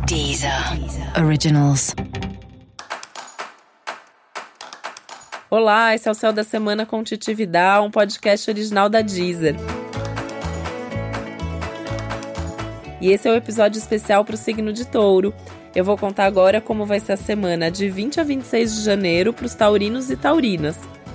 Deezer Originals. Olá, esse é o Céu da Semana com Titi Vidal, um podcast original da Deezer. E esse é o episódio especial para o signo de Touro. Eu vou contar agora como vai ser a semana de 20 a 26 de janeiro para os taurinos e taurinas.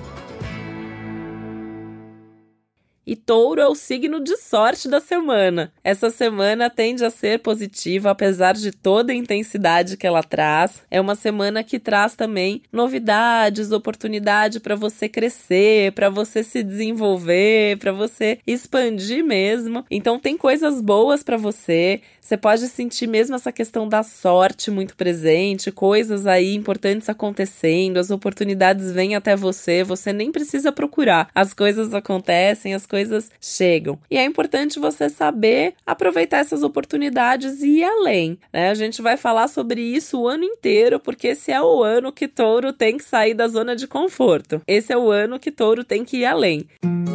E Touro é o signo de sorte da semana. Essa semana tende a ser positiva, apesar de toda a intensidade que ela traz. É uma semana que traz também novidades, oportunidade para você crescer, para você se desenvolver, para você expandir mesmo. Então tem coisas boas para você. Você pode sentir mesmo essa questão da sorte muito presente, coisas aí importantes acontecendo, as oportunidades vêm até você, você nem precisa procurar. As coisas acontecem, as coisas chegam. E é importante você saber aproveitar essas oportunidades e ir além, né? A gente vai falar sobre isso o ano inteiro, porque esse é o ano que Touro tem que sair da zona de conforto. Esse é o ano que Touro tem que ir além.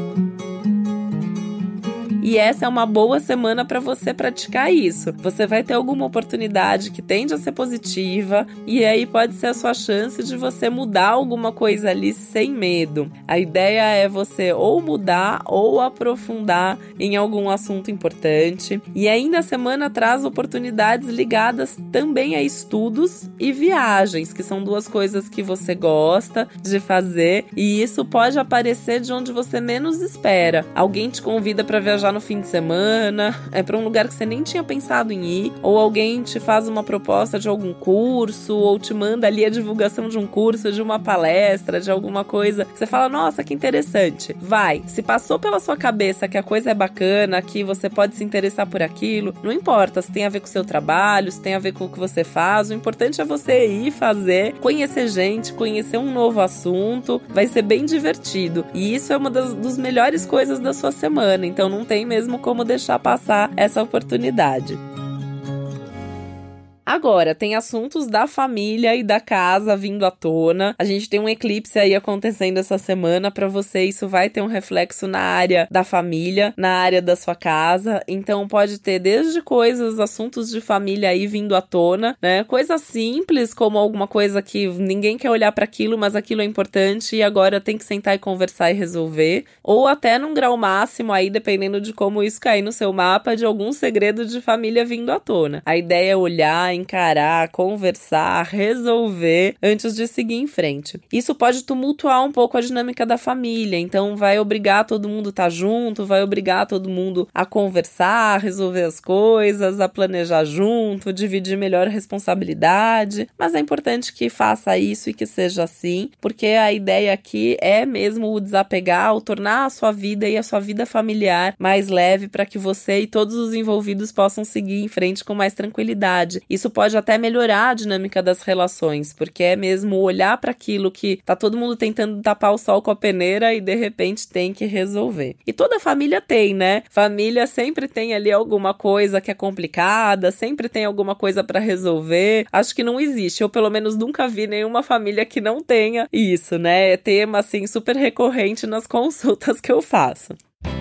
E essa é uma boa semana para você praticar isso. Você vai ter alguma oportunidade que tende a ser positiva e aí pode ser a sua chance de você mudar alguma coisa ali sem medo. A ideia é você ou mudar ou aprofundar em algum assunto importante. E ainda a semana traz oportunidades ligadas também a estudos e viagens, que são duas coisas que você gosta de fazer e isso pode aparecer de onde você menos espera. Alguém te convida para viajar no fim de semana, para um lugar que você nem tinha pensado em ir, ou alguém te faz uma proposta de algum curso, ou te manda ali a divulgação de um curso, de uma palestra, de alguma coisa, você fala, nossa, que interessante, vai. Se passou pela sua cabeça que a coisa é bacana, que você pode se interessar por aquilo, não importa se tem a ver com o seu trabalho, se tem a ver com o que você faz, o importante é você ir fazer, conhecer gente, conhecer um novo assunto, vai ser bem divertido, e isso é uma das melhores coisas da sua semana, então não tem mesmo como deixar passar essa oportunidade. Agora, tem assuntos da família e da casa vindo à tona. A gente tem um eclipse aí acontecendo essa semana. Para você, isso vai ter um reflexo na área da família, na área da sua casa. Então, pode ter desde assuntos de família aí vindo à tona, né? Coisas simples, como alguma coisa que ninguém quer olhar para aquilo, mas aquilo é importante e agora tem que sentar e conversar e resolver. Ou até num grau máximo aí, dependendo de como isso cair no seu mapa, de algum segredo de família vindo à tona. A ideia é olhar, encarar, conversar, resolver antes de seguir em frente. Isso pode tumultuar um pouco a dinâmica da família, então vai obrigar todo mundo a estar junto, vai obrigar todo mundo a conversar, a resolver as coisas, a planejar junto, dividir melhor a responsabilidade, mas é importante que faça isso e que seja assim, porque a ideia aqui é mesmo o desapegar, o tornar a sua vida e a sua vida familiar mais leve para que você e todos os envolvidos possam seguir em frente com mais tranquilidade. Isso pode até melhorar a dinâmica das relações, porque é mesmo olhar para aquilo que tá todo mundo tentando tapar o sol com a peneira e de repente tem que resolver. E toda família tem, né? Família sempre tem ali alguma coisa que é complicada, sempre tem alguma coisa para resolver. Acho que não existe, eu pelo menos nunca vi nenhuma família que não tenha isso, né? É tema assim super recorrente nas consultas que eu faço.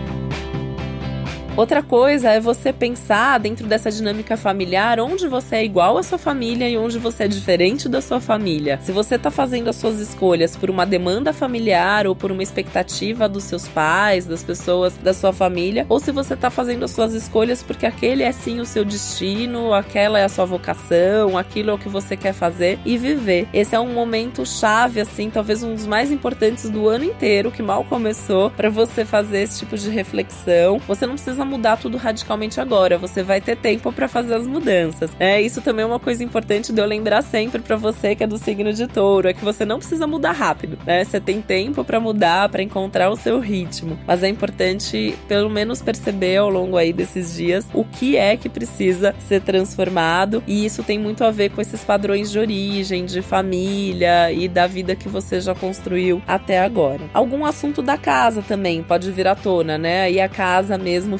Outra coisa é você pensar dentro dessa dinâmica familiar onde você é igual à sua família e onde você é diferente da sua família. Se você está fazendo as suas escolhas por uma demanda familiar ou por uma expectativa dos seus pais, das pessoas da sua família, ou se você está fazendo as suas escolhas porque aquele é sim o seu destino, aquela é a sua vocação, aquilo é o que você quer fazer e viver. Esse é um momento chave, assim, talvez um dos mais importantes do ano inteiro, que mal começou, para você fazer esse tipo de reflexão. Você não precisa mudar tudo radicalmente agora, você vai ter tempo para fazer as mudanças. Isso também é uma coisa importante de eu lembrar sempre para você que é do signo de Touro, é que você não precisa mudar rápido, né? Você tem tempo para mudar, para encontrar o seu ritmo, mas é importante pelo menos perceber ao longo aí desses dias o que é que precisa ser transformado, e isso tem muito a ver com esses padrões de origem, de família e da vida que você já construiu até agora. Algum assunto da casa também pode vir à tona, né? Aí a casa mesmo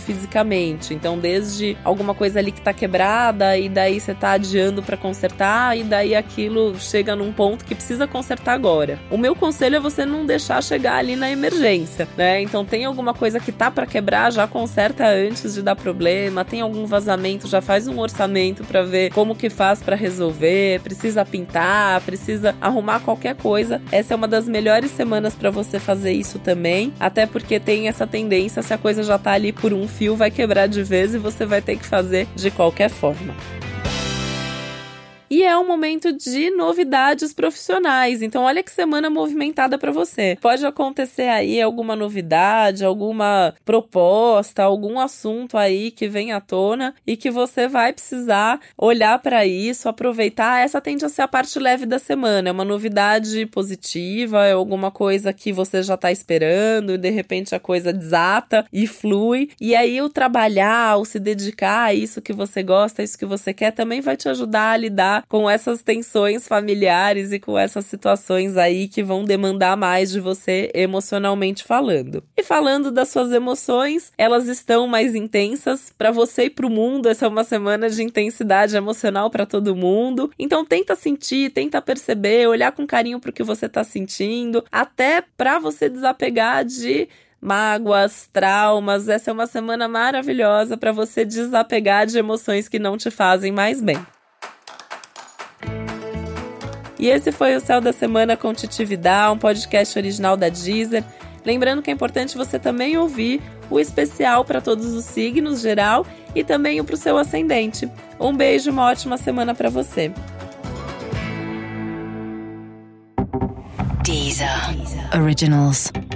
fisicamente. Então, desde alguma coisa ali que tá quebrada e daí você tá adiando pra consertar e daí aquilo chega num ponto que precisa consertar agora. O meu conselho é você não deixar chegar ali na emergência, né? Então, tem alguma coisa que tá pra quebrar, já conserta antes de dar problema. Tem algum vazamento, já faz um orçamento pra ver como que faz pra resolver. Precisa pintar, precisa arrumar qualquer coisa. Essa é uma das melhores semanas pra você fazer isso também, até porque tem essa tendência, se a coisa já tá ali por um fio, vai quebrar de vez e você vai ter que fazer de qualquer forma. E é um momento de novidades profissionais. Então, olha que semana movimentada para você. Pode acontecer aí alguma novidade, alguma proposta, algum assunto aí que vem à tona e que você vai precisar olhar para isso, aproveitar. Essa tende a ser a parte leve da semana. É uma novidade positiva, é alguma coisa que você já tá esperando e de repente a coisa desata e flui. E aí o trabalhar, o se dedicar a isso que você gosta, a isso que você quer, também vai te ajudar a lidar com essas tensões familiares e com essas situações aí que vão demandar mais de você emocionalmente falando. E falando das suas emoções, elas estão mais intensas para você e para o mundo. Essa é uma semana de intensidade emocional para todo mundo. Então tenta sentir, tenta perceber, olhar com carinho para o que você está sentindo, até para você desapegar de mágoas, traumas. Essa é uma semana maravilhosa para você desapegar de emoções que não te fazem mais bem. E esse foi o Céu da Semana com Titi Vidal, um podcast original da Deezer. Lembrando que é importante você também ouvir o especial para todos os signos geral e também o para o seu ascendente. Um beijo, uma ótima semana para você. Deezer Originals.